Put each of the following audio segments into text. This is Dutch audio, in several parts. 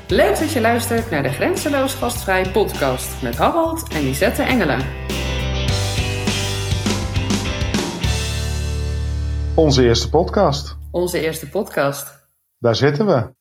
Leuk dat je luistert naar de Grenzeloos Gastvrij podcast met Harold en Lisette Engelen. Onze eerste podcast. Onze eerste podcast. Daar zitten we.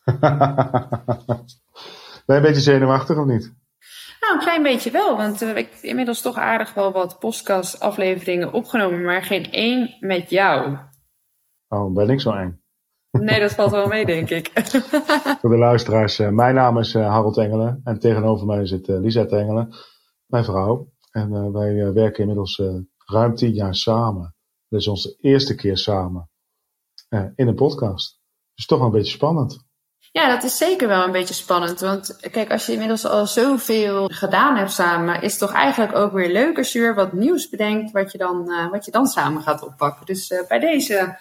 Ben je een beetje zenuwachtig of niet? Nou, een klein beetje wel, want ik heb inmiddels toch aardig wel wat podcast-afleveringen opgenomen, maar geen één met jou. Oh, ben ik zo eng? Nee, dat valt wel mee, denk ik. Voor de luisteraars, mijn naam is Harold Engelen en tegenover mij zit Lisette Engelen, mijn vrouw. En wij werken inmiddels ruim 10 jaar samen. Dit is onze eerste keer samen in een podcast. Dus toch wel een beetje spannend. Ja, dat is zeker wel een beetje spannend. Want kijk, als je inmiddels al zoveel gedaan hebt samen, is het toch eigenlijk ook weer leuk als je weer wat nieuws bedenkt wat je dan samen gaat oppakken. Dus bij deze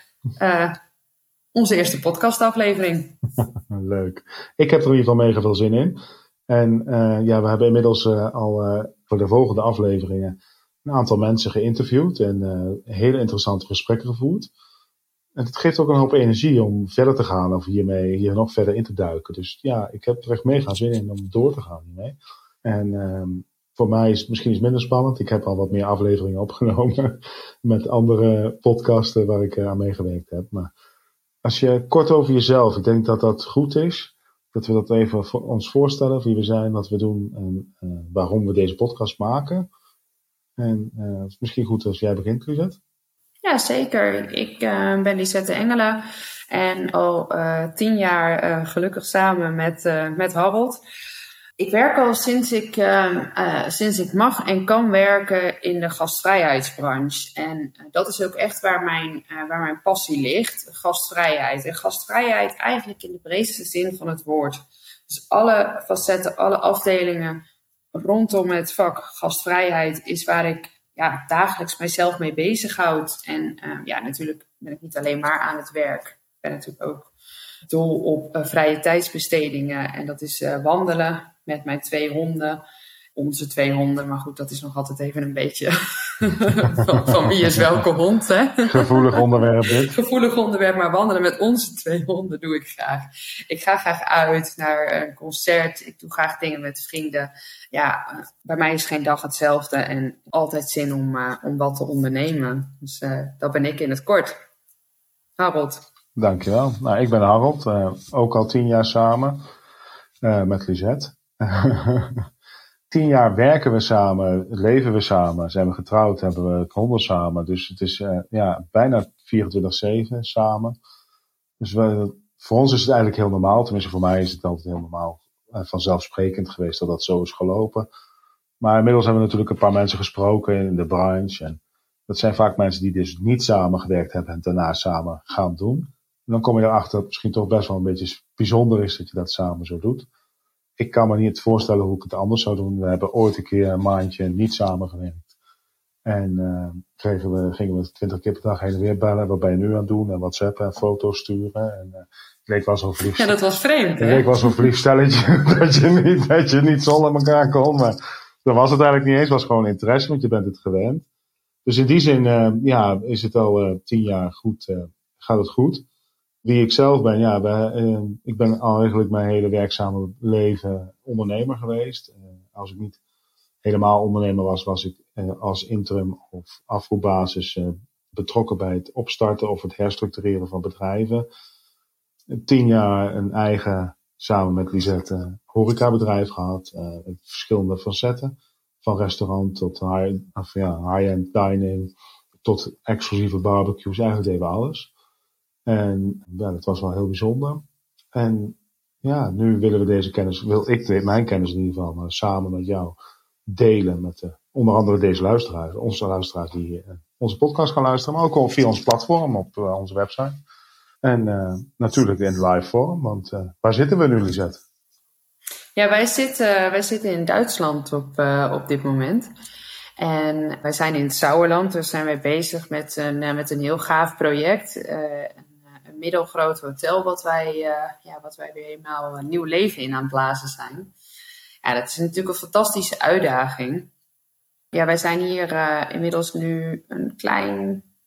onze eerste podcastaflevering. Leuk. Ik heb er in ieder geval mega veel zin in. En we hebben inmiddels al voor de volgende afleveringen een aantal mensen geïnterviewd en hele interessante gesprekken gevoerd. En het geeft ook een hoop energie om verder te gaan of hier nog verder in te duiken. Dus ja, ik heb er echt mega zin in om door te gaan hiermee. En voor mij is het misschien iets minder spannend. Ik heb al wat meer afleveringen opgenomen met andere podcasten waar ik aan meegewerkt heb. Maar als je kort over jezelf, ik denk dat dat goed is. Dat we dat even voor ons voorstellen, wie we zijn, wat we doen en waarom we deze podcast maken. En het is misschien goed als jij begint, Lisette. Ja, zeker. Ik ben Lisette Engelen en al 10 jaar gelukkig samen met Harold. Ik werk al sinds ik mag en kan werken in de gastvrijheidsbranche. En dat is ook echt waar mijn passie ligt, gastvrijheid. En gastvrijheid eigenlijk in de breedste zin van het woord. Dus alle facetten, alle afdelingen rondom het vak gastvrijheid is waar ik dagelijks mijzelf mee bezighoud. En natuurlijk ben ik niet alleen maar aan het werk. Ik ben natuurlijk ook dol op vrije tijdsbestedingen. En dat is wandelen met mijn 2 honden. Onze 2 honden, maar goed, dat is nog altijd even een beetje van wie is welke hond, hè? Gevoelig onderwerp dit. Gevoelig onderwerp, maar wandelen met onze 2 honden doe ik graag. Ik ga graag uit naar een concert. Ik doe graag dingen met vrienden. Ja, bij mij is geen dag hetzelfde en altijd zin om wat te ondernemen. Dus dat ben ik in het kort. Harold. Dankjewel. Nou, ik ben Harold, ook al 10 jaar samen met Lisette. 10 jaar werken we samen, leven we samen, zijn we getrouwd, hebben we honden samen. Dus het is bijna 24/7 samen. Dus voor ons is het eigenlijk heel normaal. Tenminste, voor mij is het altijd heel normaal vanzelfsprekend geweest dat dat zo is gelopen. Maar inmiddels hebben we natuurlijk een paar mensen gesproken in de branche. En dat zijn vaak mensen die dus niet samengewerkt hebben en daarna samen gaan doen. En dan kom je erachter dat het misschien toch best wel een beetje bijzonder is dat je dat samen zo doet. Ik kan me niet voorstellen hoe ik het anders zou doen. We hebben ooit een keer een maandje niet samengewerkt. En gingen we 20 keer per dag heen en weer bellen. Wat ben je nu aan het doen? En WhatsAppen en foto's sturen. En het leek wel zo'n verliefd. Ja, dat was vreemd, hè? Het leek wel zo'n verliefd stelletje dat je niet zonder elkaar kon. Maar dat was het eigenlijk niet eens. Het was gewoon interesse, want je bent het gewend. Dus in die zin is het al 10 jaar goed. Gaat het goed. Wie ik zelf ben, ik ben al eigenlijk mijn hele werkzame leven ondernemer geweest. Als ik niet helemaal ondernemer was ik als interim of afroepbasis betrokken bij het opstarten of het herstructureren van bedrijven. 10 jaar een eigen, samen met Lisette, horecabedrijf gehad. Verschillende facetten. Van restaurant tot high-end dining, tot exclusieve barbecues. Eigenlijk deden we alles. En dat was wel heel bijzonder. En nu willen we deze kennis, mijn kennis in ieder geval, samen met jou delen met onder andere deze luisteraars, onze luisteraars die onze podcast gaan luisteren, maar ook via ons platform op onze website. En natuurlijk in live vorm, want waar zitten we nu, Lisette? Ja, wij zitten in Duitsland op dit moment. En wij zijn in het Sauerland, dus zijn wij bezig met een heel gaaf project. Een middelgroot hotel wat wij weer helemaal een nieuw leven in aan het blazen zijn. Ja, dat is natuurlijk een fantastische uitdaging. Ja, wij zijn hier inmiddels nu een klein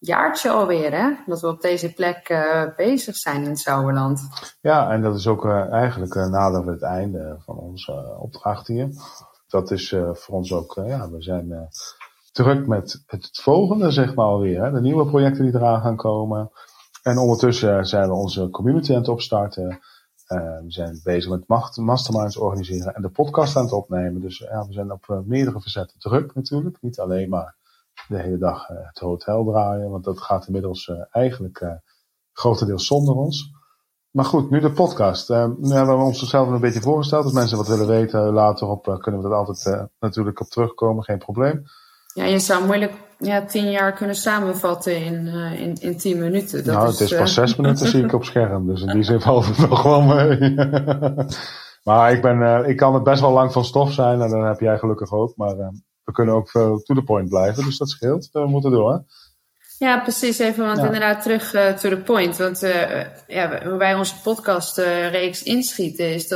jaartje alweer, hè? Dat we op deze plek bezig zijn in het Sauerland. Ja, en dat is ook eigenlijk nadat we het einde van onze opdracht hier. Dat is voor ons ook, we zijn druk met het volgende, zeg maar alweer. Hè? De nieuwe projecten die eraan gaan komen. En ondertussen zijn we onze community aan het opstarten. We zijn bezig met masterminds organiseren en de podcast aan het opnemen. Dus we zijn op meerdere verzetten druk natuurlijk. Niet alleen maar de hele dag het hotel draaien. Want dat gaat inmiddels eigenlijk grotendeels zonder ons. Maar goed, nu de podcast. Nu hebben we onszelf een beetje voorgesteld. Als mensen wat willen weten later op kunnen we dat altijd natuurlijk op terugkomen. Geen probleem. Ja, je zou moeilijk 10 jaar kunnen samenvatten in 10 minuten. Dat het is pas 6 minuten zie ik op scherm. Dus in die zin valt het nog gewoon mee. Maar ik kan het best wel lang van stof zijn. En dan heb jij gelukkig ook. Maar we kunnen ook veel to the point blijven. Dus dat scheelt. We moeten door. Hè? Ja, precies. Even, want inderdaad terug to the point. Want hoe wij onze podcastreeks inschieten is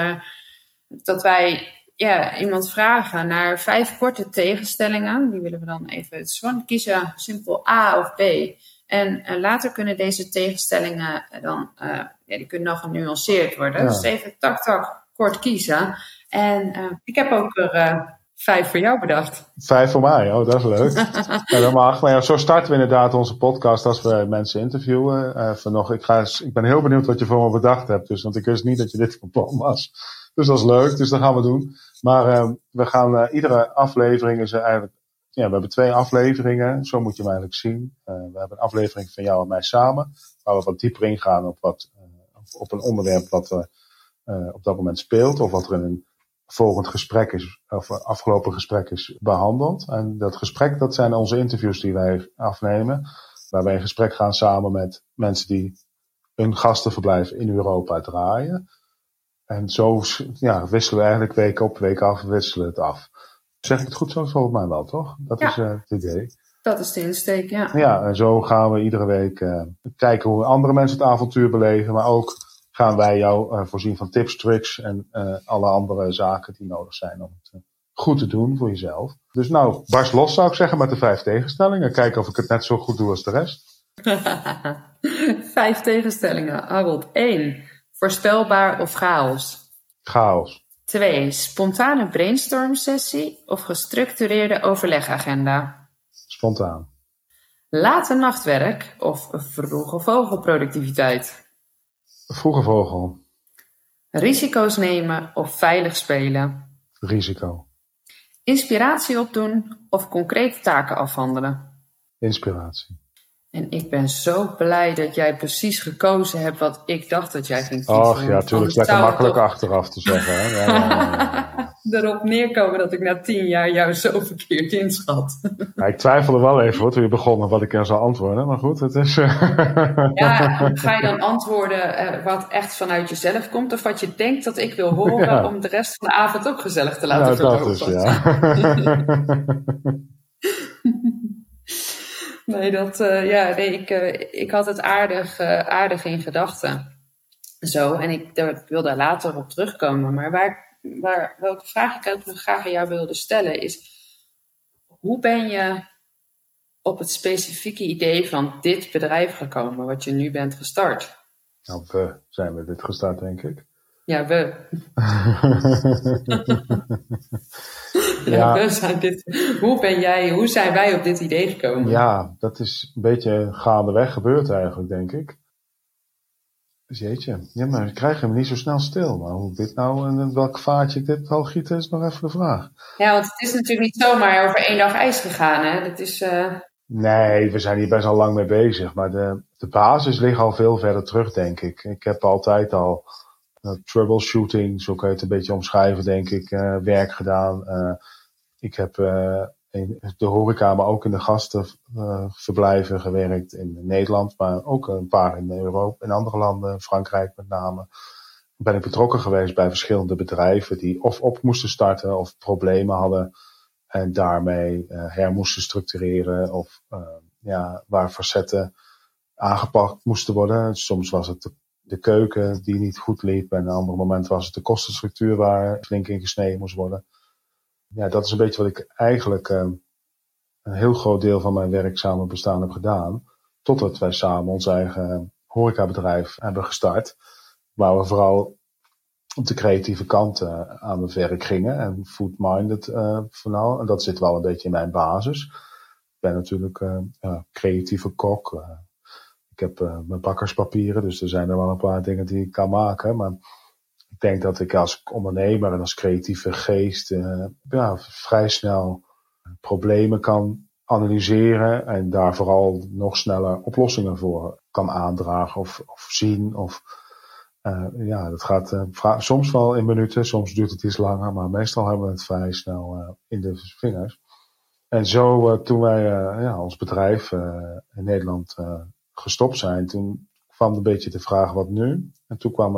dat wij iemand vragen naar 5 korte tegenstellingen. Die willen we dan even gewoon kiezen, simpel A of B. En later kunnen deze tegenstellingen dan, die kunnen nog genuanceerd worden. Ja. Dus even tak, kort kiezen. En ik heb ook er 5 voor jou bedacht. 5 voor mij, oh dat is leuk. Ja, dat mag. Maar ja, zo starten we inderdaad onze podcast als we mensen interviewen. Ik ben heel benieuwd wat je voor me bedacht hebt. Dus, want ik wist niet dat je dit van plan was. Dus dat is leuk, dus dat gaan we doen. Maar we gaan iedere aflevering is eigenlijk... Ja, we hebben 2 afleveringen, zo moet je hem eigenlijk zien. We hebben een aflevering van jou en mij samen. Waar we wat dieper ingaan op een onderwerp wat op dat moment speelt. Of wat er in een volgend gesprek is, of afgelopen gesprek is behandeld. En dat gesprek, dat zijn onze interviews die wij afnemen. Waar wij in gesprek gaan samen met mensen die een gastenverblijf in Europa draaien. En zo wisselen we eigenlijk week op, week af, wisselen het af. Zeg ik het goed zo? Volgens mij wel, toch? Dat is het idee. Dat is de insteek, ja. Ja, en zo gaan we iedere week kijken hoe andere mensen het avontuur beleven. Maar ook gaan wij jou voorzien van tips, tricks en alle andere zaken die nodig zijn om het goed te doen voor jezelf. Dus barst los zou ik zeggen met de 5 tegenstellingen. Kijken of ik het net zo goed doe als de rest. 5 tegenstellingen. Harold, 1. Voorspelbaar of chaos? Chaos. 2. Spontane brainstorm sessie of gestructureerde overlegagenda? Spontaan. Late nachtwerk of vroege vogelproductiviteit? Vroege vogel. Risico's nemen of veilig spelen? Risico. Inspiratie opdoen of concrete taken afhandelen? Inspiratie. En ik ben zo blij dat jij precies gekozen hebt wat ik dacht dat jij ging kiezen. Och ja, tuurlijk. Het is lekker makkelijk achteraf te zeggen. Hè? Ja. Erop neerkomen dat ik na 10 jaar jou zo verkeerd inschat. Ja, ik twijfelde wel even hoor, toen je begon wat ik er zou antwoorden. Maar goed, het is... Ja, ga je dan antwoorden wat echt vanuit jezelf komt? Of wat je denkt dat ik wil horen om de rest van de avond ook gezellig te laten verlopen? Dat is, ja. Ik had het aardig in gedachten. Zo, en ik wil daar later op terugkomen. Maar welke vraag ik ook nog graag aan jou wilde stellen is... Hoe ben je op het specifieke idee van dit bedrijf gekomen, wat je nu bent gestart? Nou, we zijn met dit gestart, denk ik. Ja, we. We zijn dit. Hoe zijn wij op dit idee gekomen? Ja, dat is een beetje gaandeweg gebeurd eigenlijk, denk ik. Dus jeetje, ja, maar ik krijg hem niet zo snel stil. Maar hoe dit nou en welk vaartje ik dit al gieten is nog even de vraag. Ja, want het is natuurlijk niet zomaar over 1 dag ijs gegaan, hè? Dat is... Nee, we zijn hier best al lang mee bezig. Maar de basis ligt al veel verder terug, denk ik. Ik heb altijd al troubleshooting, zo kan je het een beetje omschrijven, denk ik, werk gedaan. Ik heb in de horeca, maar ook in de gastenverblijven gewerkt in Nederland, maar ook een paar in Europa, in andere landen, Frankrijk met name. Ben ik betrokken geweest bij verschillende bedrijven die of op moesten starten of problemen hadden en daarmee moesten structureren of waar facetten aangepakt moesten worden. Soms was het de keuken die niet goed liep en op een ander moment was het de kostenstructuur waar flink in gesneden moest worden. Ja, dat is een beetje wat ik eigenlijk een heel groot deel van mijn werkzame bestaan heb gedaan. Totdat wij samen ons eigen horecabedrijf hebben gestart. Waar we vooral op de creatieve kant aan het werk gingen. En food-minded vooral. En dat zit wel een beetje in mijn basis. Ik ben natuurlijk creatieve kok. Ik heb mijn bakkerspapieren. Dus er zijn er wel een paar dingen die ik kan maken. Maar ik denk dat ik als ondernemer en als creatieve geest vrij snel problemen kan analyseren. En daar vooral nog sneller oplossingen voor kan aandragen of zien. Dat gaat soms wel in minuten, soms duurt het iets langer, maar meestal hebben we het vrij snel in de vingers. En zo, toen wij ons bedrijf in Nederland gestopt zijn, toen kwam een beetje de vraag wat nu. En toen kwam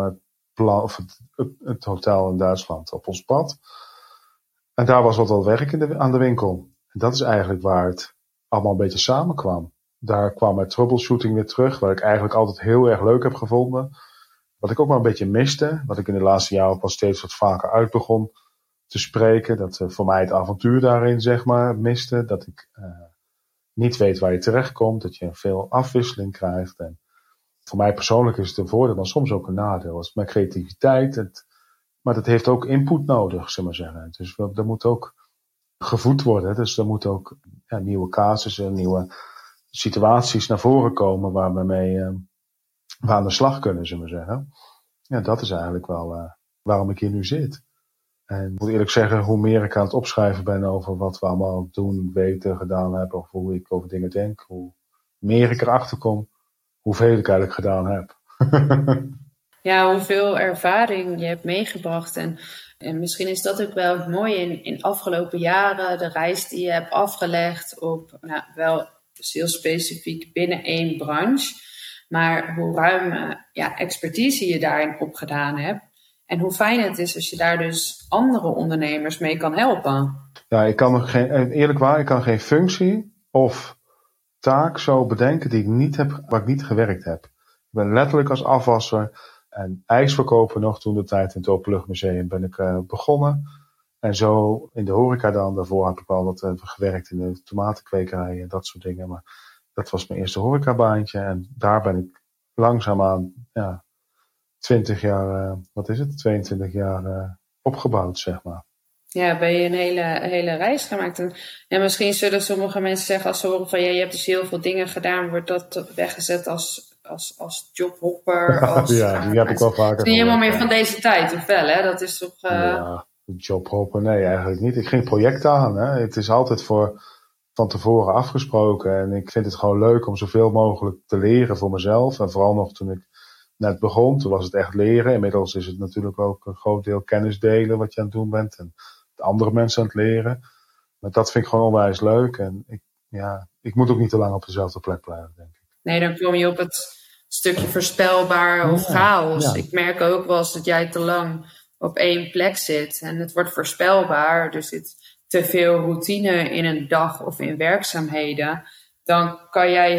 het hotel in Duitsland op ons pad. En daar was wat werk aan de winkel. En dat is eigenlijk waar het allemaal een beetje samenkwam. Daar kwam mijn troubleshooting weer terug, wat ik eigenlijk altijd heel erg leuk heb gevonden. Wat ik ook wel een beetje miste, wat ik in de laatste jaren ook wel steeds wat vaker uit begon te spreken. Dat voor mij het avontuur daarin, zeg maar, miste. Dat ik niet weet waar je terechtkomt, dat je veel afwisseling krijgt. En voor mij persoonlijk is het een voordeel, maar soms ook een nadeel. Het is mijn creativiteit, maar dat heeft ook input nodig, zullen we maar zeggen. Dus er moet ook gevoed worden. Dus er moeten ook nieuwe casussen, nieuwe situaties naar voren komen waar we mee aan de slag kunnen, zullen we zeggen. Ja, dat is eigenlijk wel waarom ik hier nu zit. En ik moet eerlijk zeggen, hoe meer ik aan het opschrijven ben over wat we allemaal doen, weten, gedaan hebben, of hoe ik over dingen denk, hoe meer ik erachter kom, hoeveel ik eigenlijk gedaan heb. Ja, hoeveel ervaring je hebt meegebracht. En misschien is dat ook wel het mooie in afgelopen jaren, de reis die je hebt afgelegd op, wel heel specifiek binnen één branche. Maar hoe ruim expertise je daarin opgedaan hebt. En hoe fijn het is als je daar dus andere ondernemers mee kan helpen. Ja, ik kan geen functie of taak zo bedenken die ik niet heb, waar ik niet gewerkt heb. Ik ben letterlijk als afwasser en ijsverkoper nog toen de tijd in het Openluchtmuseum ben ik begonnen. En zo in de horeca dan. Daarvoor heb ik wel wat gewerkt in de tomatenkwekerij en dat soort dingen. Maar dat was mijn eerste horecabaantje. En daar ben ik langzaamaan 20 jaar, 22 jaar opgebouwd, zeg maar. Ja, ben je een hele reis gemaakt. En misschien zullen sommige mensen zeggen, als ze horen van je hebt dus heel veel dingen gedaan, wordt dat weggezet als jobhopper. Die heb ik wel vaker. Het is niet helemaal meer van deze tijd, of wel? Hè? Dat is toch. Ja, jobhopper, nee, eigenlijk niet. Ik ging projecten aan. Hè. Het is altijd van tevoren afgesproken. En ik vind het gewoon leuk om zoveel mogelijk te leren voor mezelf. En vooral nog toen ik net begon, toen was het echt leren. Inmiddels is het natuurlijk ook een groot deel kennis delen wat je aan het doen bent. En andere mensen aan het leren. Maar dat vind ik gewoon onwijs leuk. En ik moet ook niet te lang op dezelfde plek blijven, denk ik. Nee, dan kom je op het stukje voorspelbaar of chaos. Ja. Ik merk ook wel eens dat jij te lang op één plek zit. En het wordt voorspelbaar. Er zit te veel routine in een dag of in werkzaamheden. Dan kan jij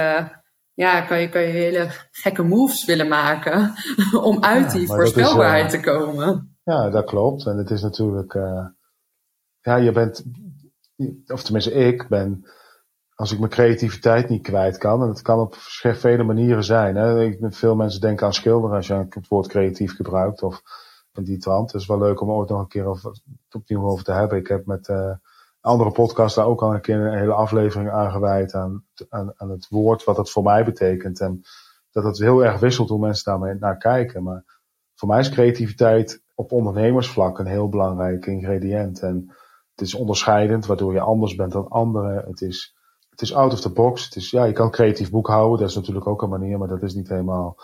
hele gekke moves willen maken om uit die voorspelbaarheid te komen. Ja, dat klopt. En het is natuurlijk, je bent, of tenminste ik ben, als ik mijn creativiteit niet kwijt kan, en dat kan op vele manieren zijn. Hè. Veel mensen denken aan schilderen als je het woord creatief gebruikt of in die trant. Het is wel leuk om ooit nog een keer opnieuw over te hebben. Ik heb met andere podcasts daar ook al een keer een hele aflevering aan gewijd aan het woord, wat het voor mij betekent. En dat het heel erg wisselt hoe mensen daarmee naar kijken. Maar voor mij is creativiteit op ondernemersvlak een heel belangrijk ingrediënt. En het is onderscheidend, waardoor je anders bent dan anderen. Het is out of the box. Het is, je kan creatief boekhouden, dat is natuurlijk ook een manier, maar dat is niet helemaal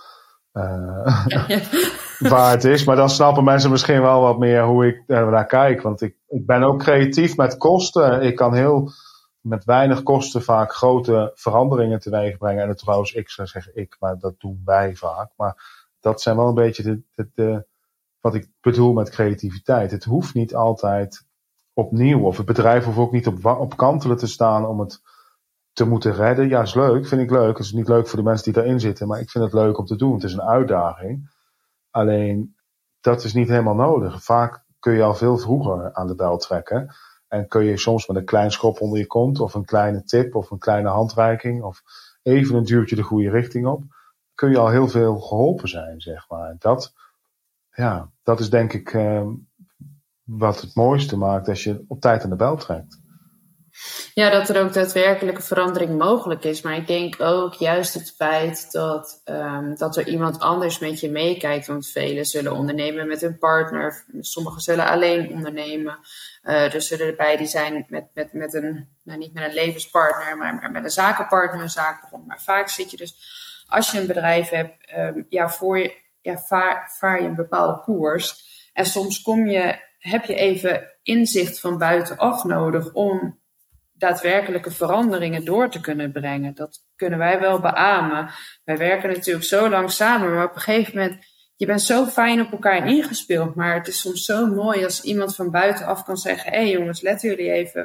waar het is. Maar dan snappen mensen misschien wel wat meer hoe ik naar kijk. Want ik ben ook creatief met kosten. Ik kan heel met weinig kosten vaak grote veranderingen teweeg brengen. En trouwens, ik zeg ik, maar dat doen wij vaak. Maar dat zijn wel een beetje wat ik bedoel met creativiteit. Het hoeft niet altijd opnieuw. Of het bedrijf hoeft ook niet op kantelen te staan om het te moeten redden. Ja, is leuk. Vind ik leuk. Het is niet leuk voor de mensen die daarin zitten. Maar ik vind het leuk om te doen. Het is een uitdaging. Alleen, dat is niet helemaal nodig. Vaak kun je al veel vroeger aan de bel trekken. En kun je soms met een klein schop onder je kont, of een kleine tip, of een kleine handreiking, of even een duwtje de goede richting op, kun je al heel veel geholpen zijn, zeg maar. Dat is denk ik wat het mooiste maakt als je op tijd aan de bel trekt. Ja, dat er ook daadwerkelijke verandering mogelijk is. Maar ik denk ook juist het feit dat er iemand anders met je meekijkt. Want velen zullen ondernemen met hun partner. Sommigen zullen alleen ondernemen. Er zullen erbij die zijn met een, niet met een levenspartner, maar met een zakenpartner, een zaak begonnen. Maar vaak zit je dus, als je een bedrijf hebt, vaar je een bepaalde koers. En soms heb je even inzicht van buitenaf nodig om daadwerkelijke veranderingen door te kunnen brengen. Dat kunnen wij wel beamen. Wij werken natuurlijk zo lang samen, maar op een gegeven moment, je bent zo fijn op elkaar ingespeeld, maar het is soms zo mooi als iemand van buitenaf kan zeggen, hé jongens, letten jullie even,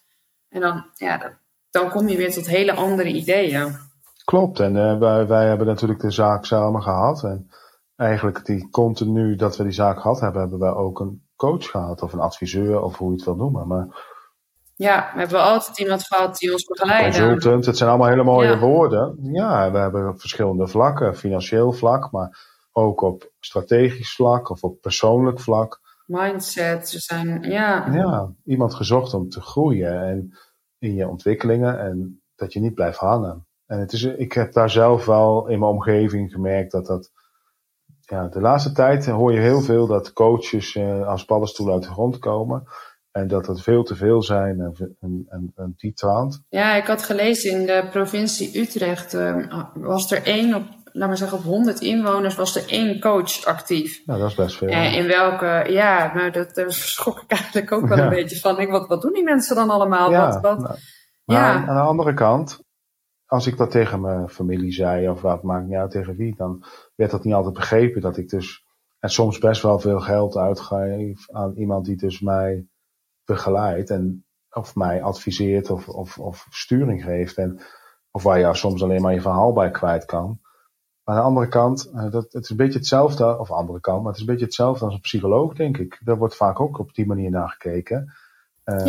dan kom je weer tot hele andere ideeën. Klopt, en wij hebben natuurlijk de zaak samen gehad. En eigenlijk die continu dat we die zaak gehad hebben, hebben wij ook een coach gehad, of een adviseur, of hoe je het wil noemen. Maar ja, we hebben altijd iemand gehad die ons begeleidde. Consultant, het zijn allemaal hele mooie woorden. Ja, we hebben verschillende vlakken, financieel vlak, maar ook op strategisch vlak of op persoonlijk vlak. Mindset, Ja, iemand gezocht om te groeien en in je ontwikkelingen en dat je niet blijft hangen. En ik heb daar zelf wel in mijn omgeving gemerkt dat de laatste tijd hoor je heel veel dat coaches als paddenstoelen uit de grond komen. En dat het veel te veel zijn en die trant. Ja, ik had gelezen in de provincie Utrecht was er op 100 inwoners was er 1 coach actief. Nou, dat is best veel. In welke, daar schrok ik eigenlijk ook wel een beetje van. Wat doen die mensen dan allemaal? Maar aan de andere kant, als ik dat tegen mijn familie zei, of wat maakt niet uit tegen wie, dan werd dat niet altijd begrepen dat ik dus en soms best wel veel geld uitgeef aan iemand die dus mij begeleidt of mij adviseert of sturing geeft. Of waar je soms alleen maar je verhaal bij kwijt kan. Maar aan de andere kant, het is een beetje hetzelfde, maar het is een beetje hetzelfde als een psycholoog, denk ik. Daar wordt vaak ook op die manier naar gekeken. Dat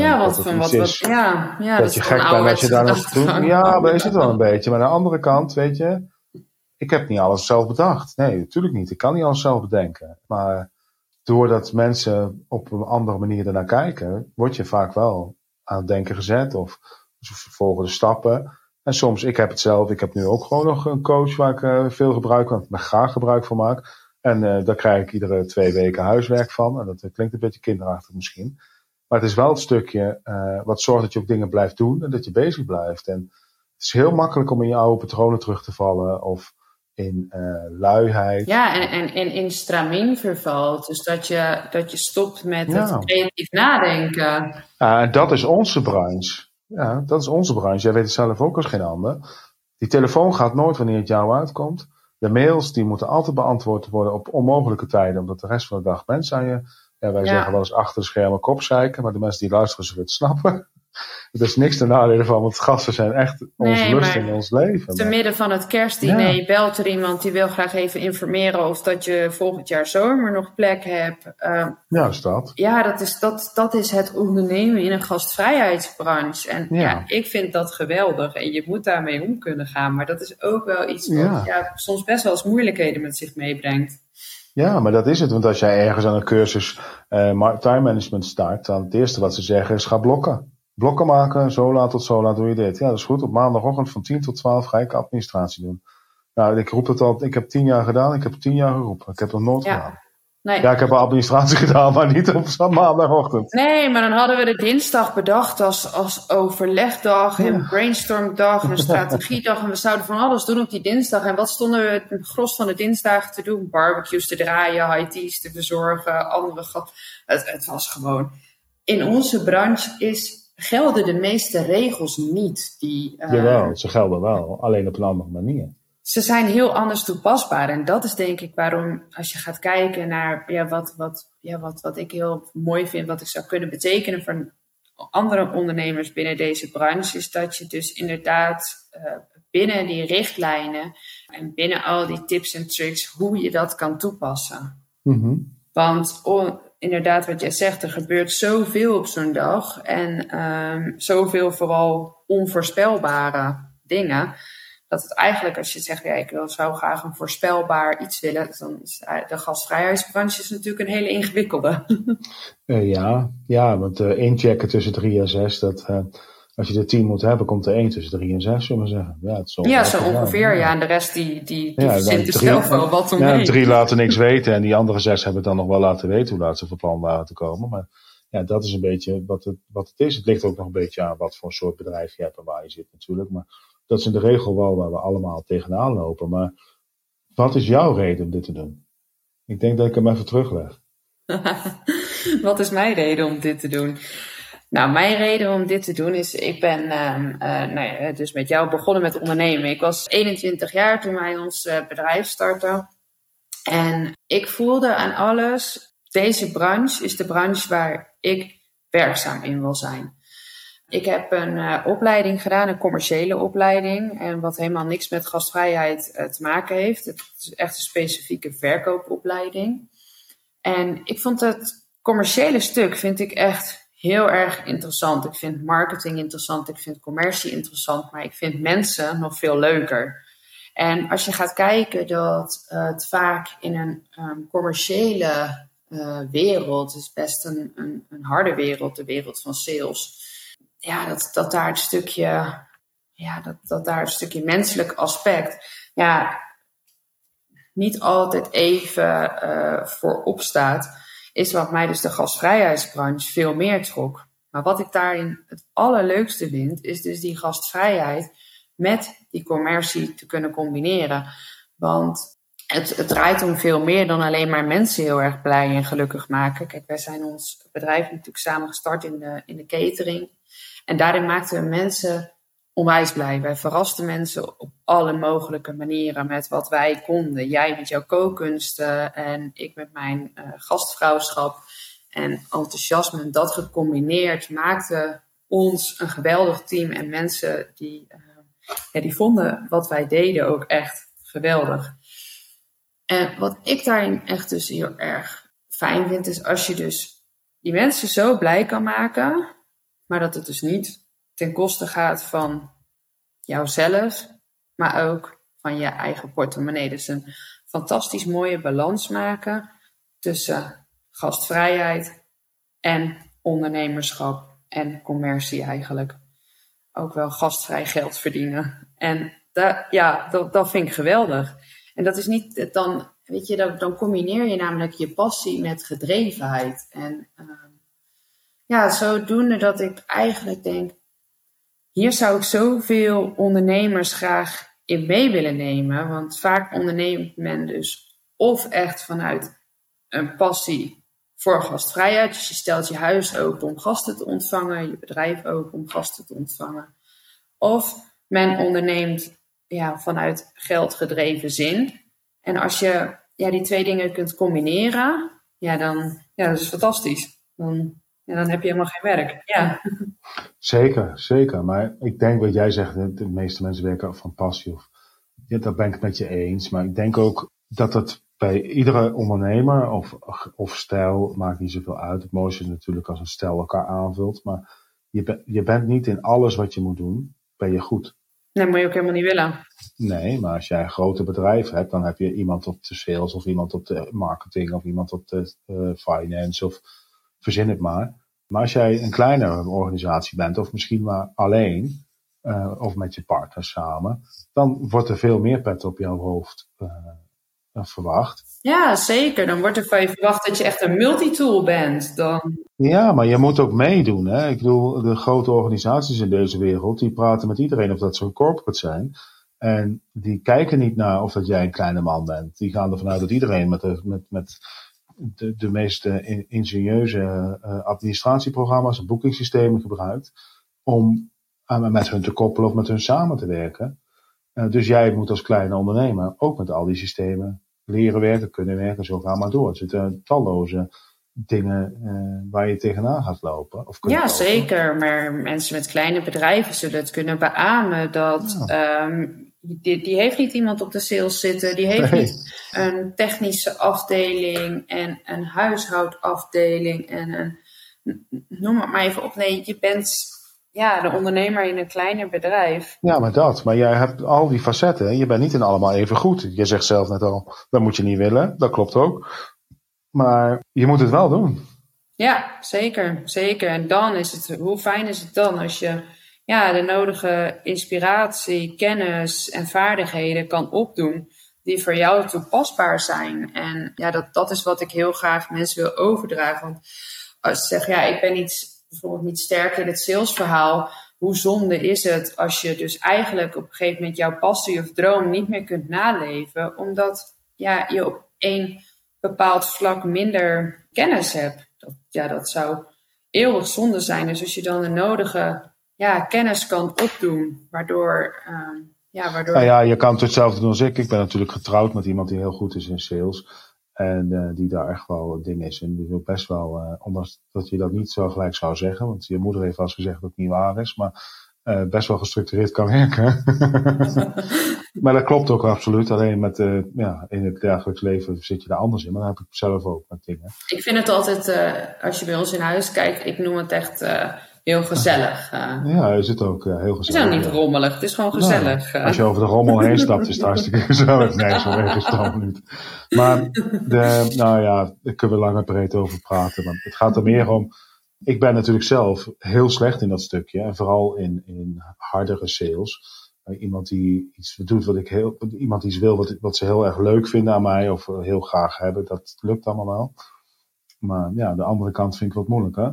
je gek bent als je daar naartoe doet. Ja, maar is het wel een beetje. Maar aan de andere kant, weet je, ik heb niet alles zelf bedacht. Nee, natuurlijk niet. Ik kan niet alles zelf bedenken. Maar doordat mensen op een andere manier ernaar kijken, word je vaak wel aan het denken gezet of volgen de stappen. En soms, ik heb nu ook gewoon nog een coach waar ik veel gebruik van, waar ik graag gebruik van maak. En daar krijg ik iedere 2 weken huiswerk van. En dat klinkt een beetje kinderachtig misschien. Maar het is wel het stukje wat zorgt dat je ook dingen blijft doen en dat je bezig blijft. En het is heel makkelijk om in je oude patronen terug te vallen of in luiheid. Ja, en in stramien vervalt. Dus dat je stopt met het creatief nadenken. En dat is onze branche. Ja, dat is onze branche. Jij weet het zelf ook als geen ander. Die telefoon gaat nooit wanneer het jou uitkomt. De mails die moeten altijd beantwoord worden op onmogelijke tijden. Omdat de rest van de dag mensen aan je. Ja, wij zeggen wel eens achter de schermen kopzeiken. Maar de mensen die luisteren zullen het snappen. Er is niks te nadelen van, want gasten zijn echt onze lust in ons leven. Te midden van het kerstdiner belt er iemand die wil graag even informeren of dat je volgend jaar zomer nog plek hebt. Is dat. Ja, dat is het ondernemen in een gastvrijheidsbranche. En ik vind dat geweldig. En je moet daarmee om kunnen gaan. Maar dat is ook wel iets wat soms best wel eens moeilijkheden met zich meebrengt. Ja, maar dat is het. Want als jij ergens aan een cursus time management start, dan het eerste wat ze zeggen is ga blokken. Blokken maken, zo laat tot zo laat doe je dit. Ja, dat is goed. Op maandagochtend van 10 tot 12 ga ik administratie doen. Nou, ik roep het al. Ik heb 10 jaar gedaan. Ik heb 10 jaar geroepen. Ik heb het nog nooit gedaan. Nee. Ja, ik heb wel administratie gedaan, maar niet op maandagochtend. Nee, maar dan hadden we de dinsdag bedacht als overlegdag en brainstormdag en strategiedag. En we zouden van alles doen op die dinsdag. En wat stonden we het gros van de dinsdagen te doen? Barbecues te draaien, high-teas te verzorgen, het was gewoon. In onze branche gelden de meeste regels niet. Jawel, ze gelden wel, alleen op een andere manier. Ze zijn heel anders toepasbaar. En dat is denk ik waarom, als je gaat kijken naar wat ik heel mooi vind, wat ik zou kunnen betekenen voor andere ondernemers binnen deze branche, is dat je dus inderdaad binnen die richtlijnen en binnen al die tips en tricks, hoe je dat kan toepassen. Mm-hmm. Want inderdaad wat jij zegt, er gebeurt zoveel op zo'n dag. En zoveel vooral onvoorspelbare dingen. Dat het eigenlijk, als je zegt, ja, zou graag een voorspelbaar iets willen. Dan is de gastvrijheidsbranche is natuurlijk een hele ingewikkelde. Ja, want inchecken tussen 3 en 6, als je er 10 moet hebben, komt er 1 tussen 3 en 6, zullen we zeggen. Ja, het is zo ongeveer, ja. En de rest die verzint er zelf wel wat omheen. Ja, 3 laten niks weten en die andere 6 hebben het dan nog wel laten weten hoe laat ze van plan waren te komen. Maar ja, dat is een beetje wat het is. Het ligt ook nog een beetje aan wat voor soort bedrijf je hebt en waar je zit natuurlijk. Maar dat is in de regel wel waar we allemaal tegenaan lopen. Maar wat is jouw reden om dit te doen? Ik denk dat ik hem even terugleg. Wat is mijn reden om dit te doen? Nou, mijn reden om dit te doen is, ik ben dus met jou begonnen met ondernemen. Ik was 21 jaar toen wij ons bedrijf startten. En ik voelde aan alles, deze branche is de branche waar ik werkzaam in wil zijn. Ik heb een opleiding gedaan, een commerciële opleiding. En wat helemaal niks met gastvrijheid te maken heeft. Het is echt een specifieke verkoopopleiding. En ik vond het commerciële stuk vind ik echt heel erg interessant. Ik vind marketing interessant, ik vind commercie interessant, maar ik vind mensen nog veel leuker. En als je gaat kijken dat het vaak in een commerciële wereld, is best een harde wereld, de wereld van sales. Ja, dat daar het stukje menselijk aspect, ja, niet altijd even voorop staat, is wat mij dus de gastvrijheidsbranche veel meer trok. Maar wat ik daarin het allerleukste vind, is dus die gastvrijheid met die commercie te kunnen combineren. Want het draait om veel meer dan alleen maar mensen heel erg blij en gelukkig maken. Kijk, wij zijn ons bedrijf natuurlijk samen gestart in de catering. En daarin maakten we mensen onwijs blij. Wij verrasten mensen op alle mogelijke manieren met wat wij konden. Jij met jouw kookkunsten en ik met mijn gastvrouwschap en enthousiasme. Dat gecombineerd maakte ons een geweldig team. En mensen die vonden wat wij deden ook echt geweldig. En wat ik daarin echt dus heel erg fijn vind, is als je dus die mensen zo blij kan maken, maar dat het dus niet ten koste gaat van jouzelf, maar ook van je eigen portemonnee. Dus een fantastisch mooie balans maken tussen gastvrijheid en ondernemerschap en commercie eigenlijk. Ook wel gastvrij geld verdienen. En dat vind ik geweldig. En dat is niet dan, weet je, dan combineer je namelijk je passie met gedrevenheid. En zodoende dat ik eigenlijk denk, hier zou ik zoveel ondernemers graag in mee willen nemen. Want vaak onderneemt men dus of echt vanuit een passie voor gastvrijheid. Dus je stelt je huis open om gasten te ontvangen, je bedrijf open om gasten te ontvangen. Of men onderneemt vanuit geldgedreven zin. En als je die twee dingen kunt combineren, dan dat is fantastisch. Dan heb je helemaal geen werk. Ja. Zeker. Maar ik denk wat jij zegt, de meeste mensen werken van passie. Dat ben ik met je eens. Maar ik denk ook dat het bij iedere ondernemer of stijl maakt niet zoveel uit. Het mooiste is natuurlijk als een stijl elkaar aanvult. Maar je bent niet in alles wat je moet doen, ben je goed. Nee, moet je ook helemaal niet willen. Nee, maar als jij een grote bedrijf hebt, dan heb je iemand op de sales of iemand op de marketing of iemand op de finance of verzin het maar. Maar als jij een kleinere organisatie bent of misschien maar alleen of met je partner samen, dan wordt er veel meer pet op jouw hoofd verwacht. Ja, zeker. Dan wordt er van je verwacht dat je echt een multitool bent. Ja, maar je moet ook meedoen. Hè? Ik bedoel, de grote organisaties in deze wereld, die praten met iedereen of dat ze een corporate zijn. En die kijken niet naar of dat jij een kleine man bent. Die gaan ervan uit dat iedereen met de meest ingenieuze administratieprogramma's en boekingssystemen gebruikt om met hun te koppelen of met hun samen te werken. Dus jij moet als kleine ondernemer ook met al die systemen leren werken, kunnen werken, zo gaan maar door. Er zitten talloze dingen waar je tegenaan gaat lopen. Zeker. Maar mensen met kleine bedrijven zullen het kunnen beamen dat die heeft niet iemand op de sales zitten. Die heeft niet een technische afdeling en een huishoudafdeling en noem het maar even op. Nee, je bent de ondernemer in een kleiner bedrijf. Ja, maar jij hebt al die facetten. Je bent niet in allemaal even goed. Je zegt zelf net al, dat moet je niet willen. Dat klopt ook. Maar je moet het wel doen. Ja, zeker. Zeker. En dan is het, hoe fijn is het dan als je de nodige inspiratie, kennis en vaardigheden kan opdoen die voor jou toepasbaar zijn. En dat is wat ik heel graag mensen wil overdragen. Want als je zegt, ik ben bijvoorbeeld niet sterk in het salesverhaal. Hoe zonde is het als je dus eigenlijk op een gegeven moment jouw passie of droom niet meer kunt naleven, omdat je op één bepaald vlak minder kennis hebt. Dat zou eeuwig zonde zijn. Dus als je dan de nodige kennis kan opdoen, waardoor... Nou ja, je kan het hetzelfde doen als ik. Ik ben natuurlijk getrouwd met iemand die heel goed is in sales. En die daar echt wel een ding is. En die wil best wel, ondanks dat je dat niet zo gelijk zou zeggen. Want je moeder heeft wel eens gezegd dat het niet waar is. Maar best wel gestructureerd kan werken. Maar dat klopt ook absoluut. Alleen met, in het dagelijks leven zit je daar anders in. Maar dan heb ik zelf ook met dingen. Ik vind het altijd, als je bij ons in huis kijkt, ik noem het echt heel gezellig. Ja, is het ook heel gezellig. Het is ook niet rommelig, het is gewoon gezellig. Als je over de rommel heen stapt, is het hartstikke gezellig. Nee, zo erg is het allemaal niet. Maar daar kunnen we lang en breed over praten. Maar het gaat er meer om. Ik ben natuurlijk zelf heel slecht in dat stukje. En vooral in hardere sales. Iemand die iets doet iemand iets wil wat ze heel erg leuk vinden aan mij. Of heel graag hebben. Dat lukt allemaal wel. Maar de andere kant vind ik wat moeilijker.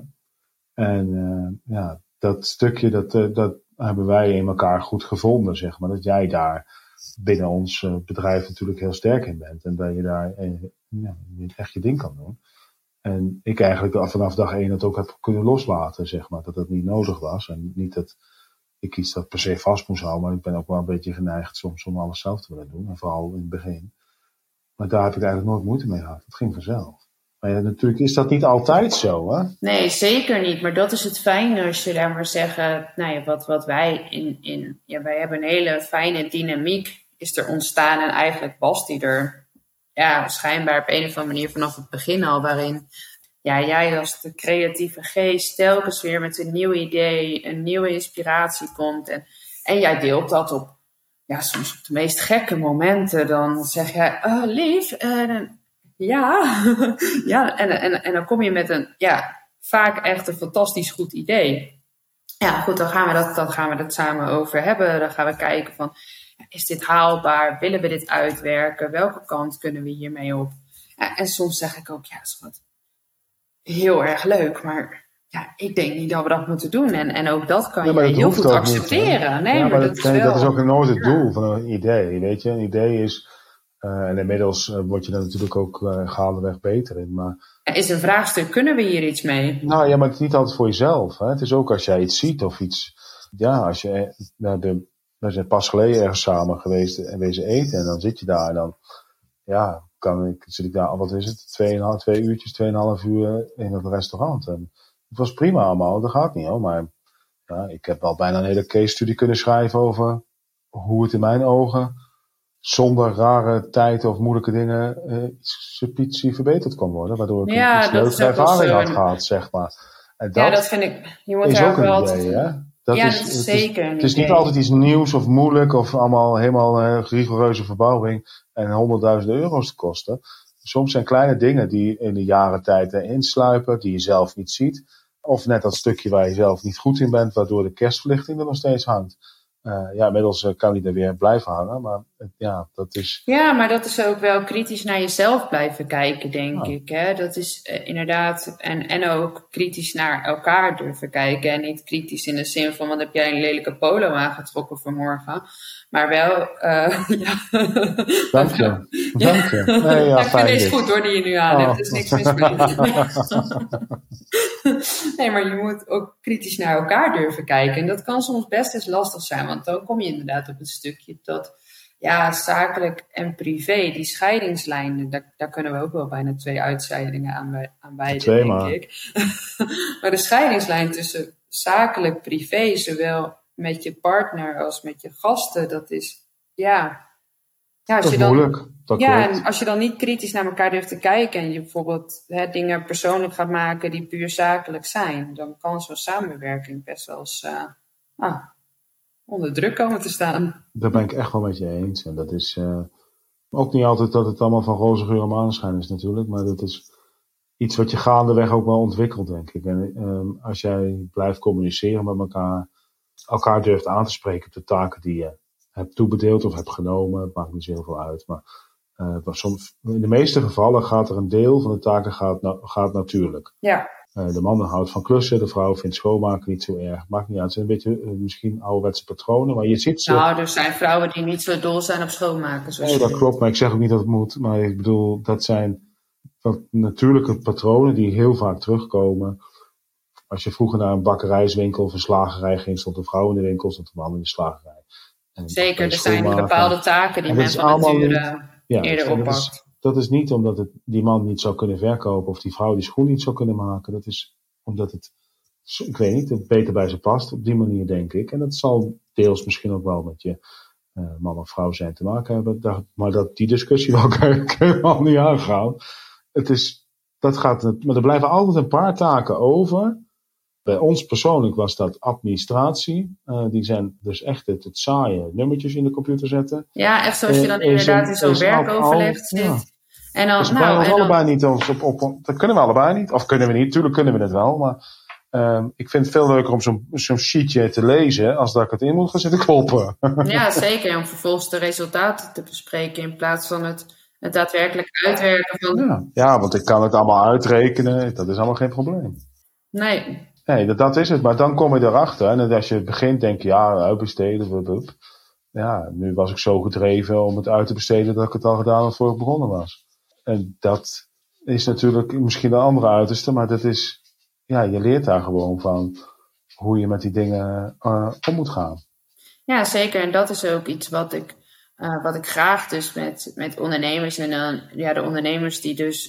En dat stukje, dat hebben wij in elkaar goed gevonden, zeg maar. Dat jij daar binnen ons bedrijf natuurlijk heel sterk in bent. En dat je daar echt je ding kan doen. En ik eigenlijk vanaf dag 1 het ook heb kunnen loslaten, zeg maar. Dat het niet nodig was. En niet dat ik iets dat per se vast moest houden. Maar ik ben ook wel een beetje geneigd soms om alles zelf te willen doen. En vooral in het begin. Maar daar heb ik eigenlijk nooit moeite mee gehad. Het ging vanzelf. Maar natuurlijk is dat niet altijd zo, hè? Nee, zeker niet. Maar dat is het fijne als je daar maar zeggen, wat wij wij hebben een hele fijne dynamiek is er ontstaan. En eigenlijk was die er schijnbaar op een of andere manier vanaf het begin al, waarin jij als de creatieve geest telkens weer met een nieuw idee, een nieuwe inspiratie komt. En jij deelt dat op, soms op de meest gekke momenten. Dan zeg jij, oh lief, en dan kom je met een, vaak echt een fantastisch goed idee. Ja, goed, dan gaan we dat samen over hebben. Dan gaan we kijken van, is dit haalbaar? Willen we dit uitwerken? Welke kant kunnen we hiermee op? En soms zeg ik ook, schat, heel erg leuk, maar ik denk niet dat we dat moeten doen. En ook dat kan je heel goed accepteren. Niet, dat is ook nooit het doel van een idee, weet je. Een idee is... en inmiddels word je er natuurlijk ook gaandeweg beter in. Maar... is een vraagstuk, kunnen we hier iets mee? Nou ja, maar het is niet altijd voor jezelf. Hè? Het is ook als jij iets ziet of iets... als je... we zijn pas geleden ergens samen geweest en wezen eten. En dan zit je daar en dan... zit ik daar, wat is het? 2 uurtjes, 2,5 uur in het restaurant. En het was prima allemaal, dat gaat niet hoor. Maar ik heb wel bijna een hele case studie kunnen schrijven over hoe het in mijn ogen... zonder rare tijd of moeilijke dingen ietsje verbeterd kon worden. Waardoor ik een iets leuke ervaring had gehad, zeg maar. En dat vind ik... Je moet daar ook wel... Idee, hè? Dat is zeker een idee. Het is niet altijd iets nieuws of moeilijk of allemaal helemaal rigoureuze verbouwing en honderdduizenden euro's te kosten. Soms zijn kleine dingen die in de jaren tijd insluipen, die je zelf niet ziet. Of net dat stukje waar je zelf niet goed in bent, waardoor de kerstverlichting er nog steeds hangt. Inmiddels kan die er weer blijven hangen, maar dat is... Ja, maar dat is ook wel kritisch naar jezelf blijven kijken, denk ik. Hè? Dat is inderdaad, en ook kritisch naar elkaar durven kijken. En niet kritisch in de zin van, wat heb jij een lelijke polo aangetrokken vanmorgen? Maar wel, Dank je. Nee, ik vind deze goed hoor, die je nu aan hebt. Er is niks mis mee. Nee, maar je moet ook kritisch naar elkaar durven kijken. En dat kan soms best eens lastig zijn. Want dan kom je inderdaad op het stukje dat... zakelijk en privé, die scheidingslijnen... Daar kunnen we ook wel bijna 2 uitscheidingen aan wijden, denk ik. Maar de scheidingslijn tussen zakelijk privé... zowel met je partner als met je gasten... dat is ja. Ja, Dat is moeilijk, dat klopt. En als je dan niet kritisch naar elkaar durft te kijken en je bijvoorbeeld dingen persoonlijk gaat maken die puur zakelijk zijn, dan kan zo'n samenwerking best wel eens onder druk komen te staan. Daar ben ik echt wel met je eens. En dat is ook niet altijd dat het allemaal van roze geur en maneschijn is natuurlijk, maar dat is iets wat je gaandeweg ook wel ontwikkelt, denk ik. En als jij blijft communiceren met elkaar durft aan te spreken op de taken die je hebt toebedeeld of hebt genomen, het maakt niet zo heel veel uit. Maar in de meeste gevallen gaat er een deel van de taken gaat natuurlijk. Ja. De man houdt van klussen, de vrouw vindt schoonmaken niet zo erg. Maakt niet uit. Het zijn een beetje misschien ouderwetse patronen, maar je ziet ze. Nou, er zijn vrouwen die niet zo dol zijn op schoonmaken. Nee, dat klopt, maar ik zeg ook niet dat het moet. Maar ik bedoel, dat zijn natuurlijke patronen die heel vaak terugkomen. Als je vroeger naar een bakkerijswinkel of een slagerij ging, stond een vrouw in de winkel, stond een man in de slagerij. Zeker, er zijn bepaalde taken die men van nature eerder oppakt. Dat is niet omdat die man niet zou kunnen verkopen of die vrouw die schoen niet zou kunnen maken. Dat is omdat het, ik weet niet, het beter bij ze past. Op die manier denk ik. En dat zal deels misschien ook wel met je man of vrouw zijn te maken hebben. Maar die discussie wil ik helemaal niet aangaan. Maar er blijven altijd een paar taken over. Bij ons persoonlijk was dat administratie. Die zijn dus echt het saaie nummertjes in de computer zetten. Ja, echt zoals je dan inderdaad in zo'n werkoverleg zit. Ja. En dan, dus allebei niet dat kunnen we allebei niet. Of kunnen we niet, tuurlijk kunnen we het wel. Maar ik vind het veel leuker om zo'n sheetje te lezen als dat ik het in moet gaan zitten kloppen. Ja, zeker. Om vervolgens de resultaten te bespreken in plaats van het daadwerkelijk uitwerken van... Ja, want ik kan het allemaal uitrekenen. Dat is allemaal geen probleem. Nee, dat is het. Maar dan kom je erachter. En als je begint, denk je, uitbesteden. Ja, nu was ik zo gedreven om het uit te besteden dat ik het al gedaan had voor ik begonnen was. En dat is natuurlijk misschien een andere uiterste, maar dat is, je leert daar gewoon van hoe je met die dingen om moet gaan. Ja, zeker. En dat is ook iets wat ik graag dus met ondernemers en dan, de ondernemers die dus,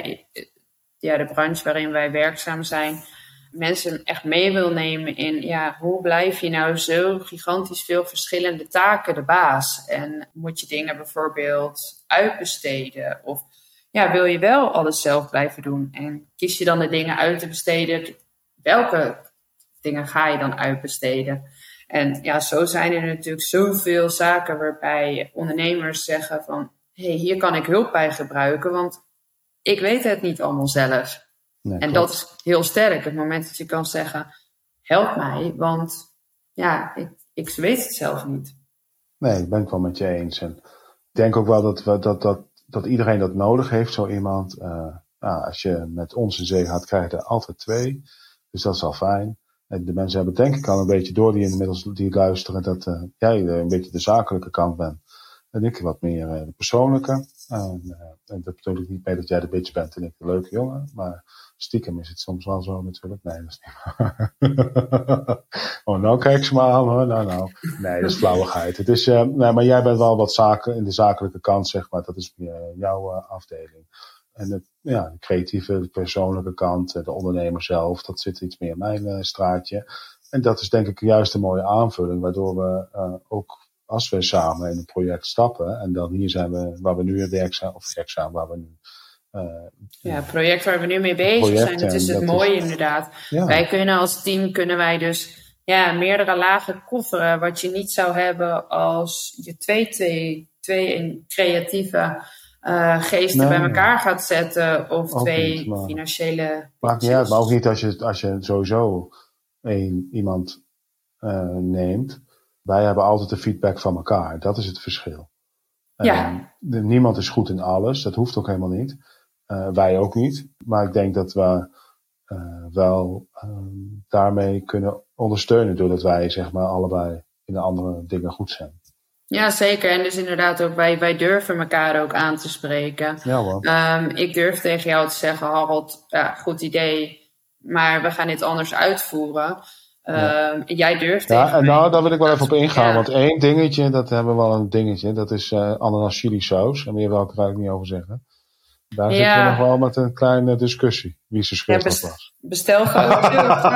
de branche waarin wij werkzaam zijn, mensen echt mee wil nemen in, hoe blijf je nou zo gigantisch veel verschillende taken de baas? En moet je dingen bijvoorbeeld uitbesteden? Of wil je wel alles zelf blijven doen? En kies je dan de dingen uit te besteden? Welke dingen ga je dan uitbesteden? En zo zijn er natuurlijk zoveel zaken waarbij ondernemers zeggen van, hier kan ik hulp bij gebruiken, want ik weet het niet allemaal zelf. Nee, en dat is heel sterk, het moment dat je kan zeggen, help mij, want ik weet het zelf niet. Nee, ik ben het wel met je eens. En ik denk ook wel dat iedereen dat nodig heeft, zo iemand. Als je met ons in zee gaat, krijg je er altijd 2. Dus dat is al fijn. En de mensen hebben denk ik al een beetje door die inmiddels die luisteren, dat jij een beetje de zakelijke kant bent. En ik wat meer de persoonlijke. En dat bedoel ik niet mee dat jij de bitch bent en ik de leuke jongen. Maar stiekem is het soms wel zo natuurlijk. Nee, dat is niet waar. Oh, nou kijk ze maar aan hoor. Nou. Nee, dat is flauwigheid. Het is, maar jij bent wel wat zaken in de zakelijke kant, zeg maar. Dat is meer jouw afdeling. En de creatieve, de persoonlijke kant, de ondernemer zelf, dat zit iets meer in mijn straatje. En dat is denk ik juist een mooie aanvulling, waardoor we ook als we samen in een project stappen, en dan hier zijn we, waar we nu werkzaam, waar we nu... het project waar we nu mee bezig zijn, dat is het mooie inderdaad. Ja. Wij kunnen als team, dus meerdere lagen kofferen, wat je niet zou hebben als je twee creatieve geesten bij elkaar gaat zetten, of ook twee niet, financiële... Maakt niet uit, maar ook niet als je sowieso iemand neemt. Wij hebben altijd de feedback van elkaar. Dat is het verschil. Niemand is goed in alles. Dat hoeft ook helemaal niet. Wij ook niet. Maar ik denk dat we wel daarmee kunnen ondersteunen. Doordat wij zeg maar allebei in de andere dingen goed zijn. Ja, zeker. En dus inderdaad ook wij durven elkaar ook aan te spreken. Ja, hoor. Ik durf tegen jou te zeggen, Harold, goed idee. Maar we gaan dit anders uitvoeren. Jij durft tegen mij. Nou, daar wil ik wel even op ingaan. Want één dingetje, dat hebben we wel een dingetje. Dat is ananas chili saus. En meer wil ik er eigenlijk niet over zeggen. Daar zitten we nog wel met een kleine discussie. Wie zijn schuld dat was. Bestelfoto.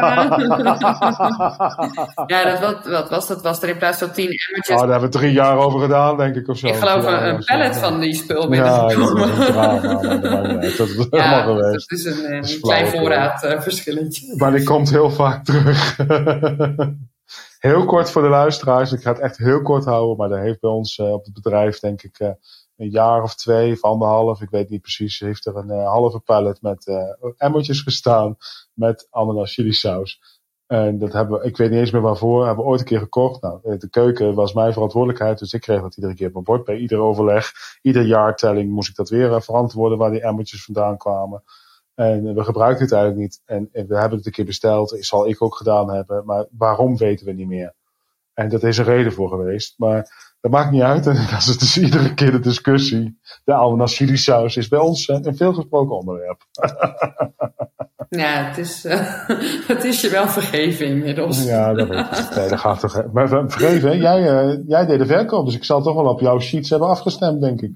Ja, wat was dat? Was er in plaats van 10 emmertjes... daar hebben we 3 jaar over gedaan, denk ik, of zo. Ik geloof een pallet van die spul binnen. Ja, dat is een drama. Dat is helemaal geweest. Dat is een klein voorraadverschilletje. Maar die komt heel vaak terug. Heel kort voor de luisteraars. Ik ga het echt heel kort houden. Maar daar heeft bij ons op het bedrijf, denk ik, een jaar of 2 of 1,5. Ik weet niet precies. Heeft er een halve pallet met emmertjes gestaan. Met ananas chili saus. En dat hebben we, ik weet niet eens meer waarvoor. Hebben we ooit een keer gekocht. Nou, de keuken was mijn verantwoordelijkheid. Dus ik kreeg dat iedere keer op mijn bord. Bij ieder overleg, ieder jaartelling moest ik dat weer verantwoorden. Waar die emmertjes vandaan kwamen. En we gebruikten het eigenlijk niet. En we hebben het een keer besteld. Dat zal ik ook gedaan hebben. Maar waarom weten we niet meer. En dat is een reden voor geweest. Maar dat maakt niet uit. En dat is dus iedere keer de discussie. De ananas chili saus is bij ons een veelgesproken onderwerp. Ja, het is je wel vergeven inmiddels. Ja, dat weet ik. Nee, dat gaat toch. Maar vergeven, jij deed de verkoop. Dus ik zal toch wel op jouw sheets hebben afgestemd, denk ik.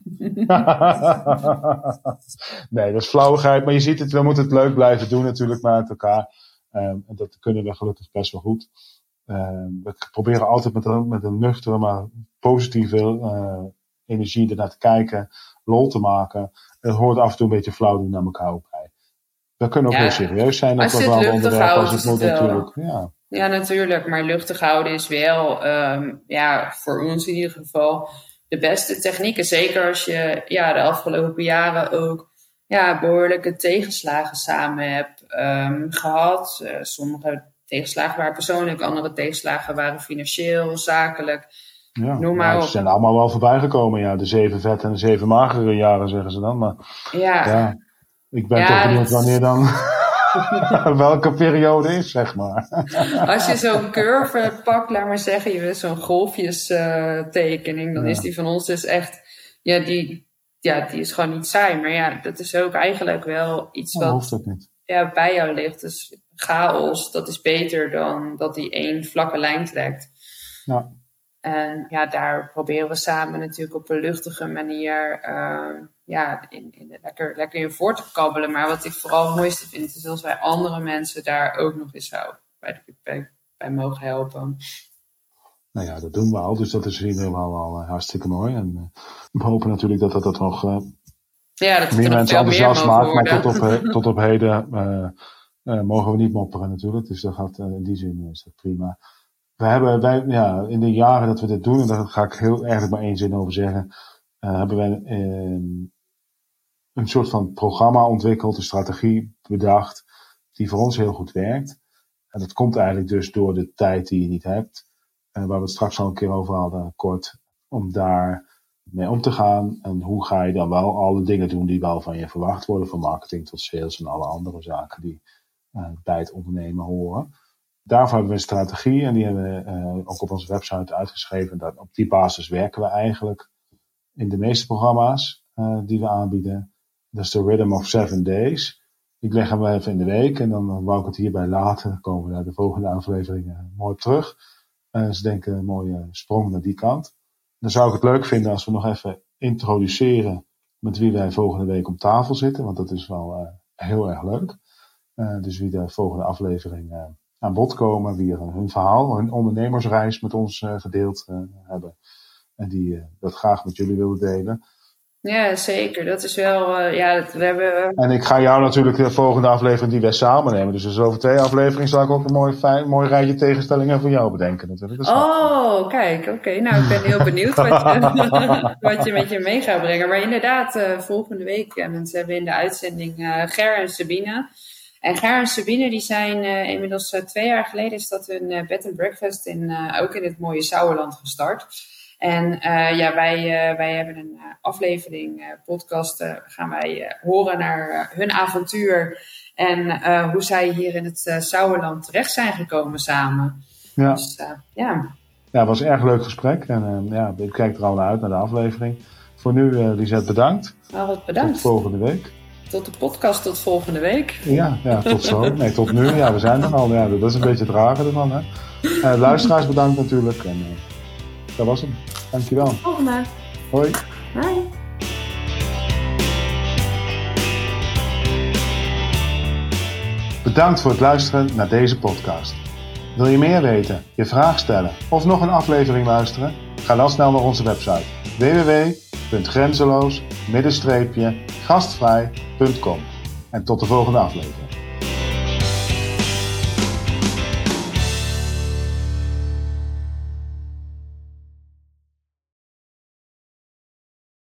Nee, dat is flauwigheid. Maar je ziet het, we moeten het leuk blijven doen natuurlijk met elkaar. En dat kunnen we gelukkig best wel goed. We proberen altijd met een nuchtere, maar positieve energie ernaar te kijken. Lol te maken. Het hoort af en toe een beetje flauw doen naar elkaar ook bij. We kunnen ook heel serieus zijn. Als je het luchtig houdt, als het moet natuurlijk. Ja, natuurlijk. Maar luchtig houden is wel, voor ons in ieder geval, de beste technieken. Zeker als je de afgelopen jaren ook behoorlijke tegenslagen samen hebt gehad. Sommige tegenslagen waren persoonlijk, andere tegenslagen waren financieel, zakelijk. Ja, noem maar op. Ze zijn allemaal wel voorbij gekomen. Ja, de 7 vette en de 7 magere jaren, zeggen ze dan. Maar ik ben toch benieuwd wanneer dan welke periode is, zeg maar. Als je zo'n curve pakt, laat maar zeggen, je weet zo'n golfjes tekening, dan is die van ons dus echt, die is gewoon niet saai. Maar dat is ook eigenlijk wel iets wat bij jou ligt. Dus chaos, dat is beter dan dat die één vlakke lijn trekt. Ja. En daar proberen we samen natuurlijk op een luchtige manier lekker in voor te kabbelen. Maar wat ik vooral het mooiste vind, is als wij andere mensen daar ook nog eens bij mogen helpen. Nou ja, dat doen we al. Dus dat is in ieder geval al hartstikke mooi. En we hopen natuurlijk dat nog meer mensen enthousiast maakt. Maar tot op heden mogen we niet mopperen natuurlijk. Dus dat gaat, in die zin is dat prima. Wij in de jaren dat we dit doen, en daar ga ik heel erg maar 1 zin over zeggen, hebben wij een soort van programma ontwikkeld, een strategie bedacht, die voor ons heel goed werkt. En dat komt eigenlijk dus door de tijd die je niet hebt, waar we het straks al een keer over hadden, kort, om daar mee om te gaan. En hoe ga je dan wel alle dingen doen die wel van je verwacht worden, van marketing tot sales en alle andere zaken die bij het ondernemen horen. Daarvoor hebben we een strategie en die hebben we ook op onze website uitgeschreven. Op die basis werken we eigenlijk in de meeste programma's die we aanbieden. Dat is de Rhythm of 7 Days. Ik leg hem wel even in de week en dan wou ik het hierbij laten. Dan komen we naar de volgende aflevering mooi op terug. Dus denk een mooie sprong naar die kant. Dan zou ik het leuk vinden als we nog even introduceren met wie wij volgende week om tafel zitten. Want dat is wel heel erg leuk. Dus wie de volgende aflevering aan bod komen, wie hun verhaal, hun ondernemersreis met ons gedeeld hebben. En die dat graag met jullie willen delen. Ja, zeker. Dat is wel, we hebben... En ik ga jou natuurlijk de volgende aflevering die wij samen nemen. Dus over 2 afleveringen zal ik ook een mooi rijtje tegenstellingen voor jou bedenken natuurlijk. Kijk, oké. Nou, ik ben heel benieuwd wat je met je mee gaat brengen. Maar inderdaad, volgende week, mensen hebben in de uitzending Ger en Sabine. En Ger en Sabine, die zijn inmiddels 2 jaar geleden is dat hun bed and breakfast ook in het mooie Sauerland gestart. En wij hebben een podcast, gaan wij horen naar hun avontuur en hoe zij hier in het Sauerland terecht zijn gekomen samen. Ja. Dus, Ja, het was een erg leuk gesprek en ik kijk er al naar uit, naar de aflevering. Voor nu, Lisette, bedankt. Bedankt. Tot volgende week. Tot de podcast, tot volgende week. Ja, tot zo. Nee, tot nu. Ja, we zijn er al. Ja, dat is een beetje het rare ervan. Hè. Luisteraars bedankt natuurlijk. En dat was hem. Dankjewel. Volgende. Hoi. Bye. Bedankt voor het luisteren naar deze podcast. Wil je meer weten, je vraag stellen of nog een aflevering luisteren? Ga dan snel naar onze website www.grenzeloos-gastvrij.com. En tot de volgende aflevering.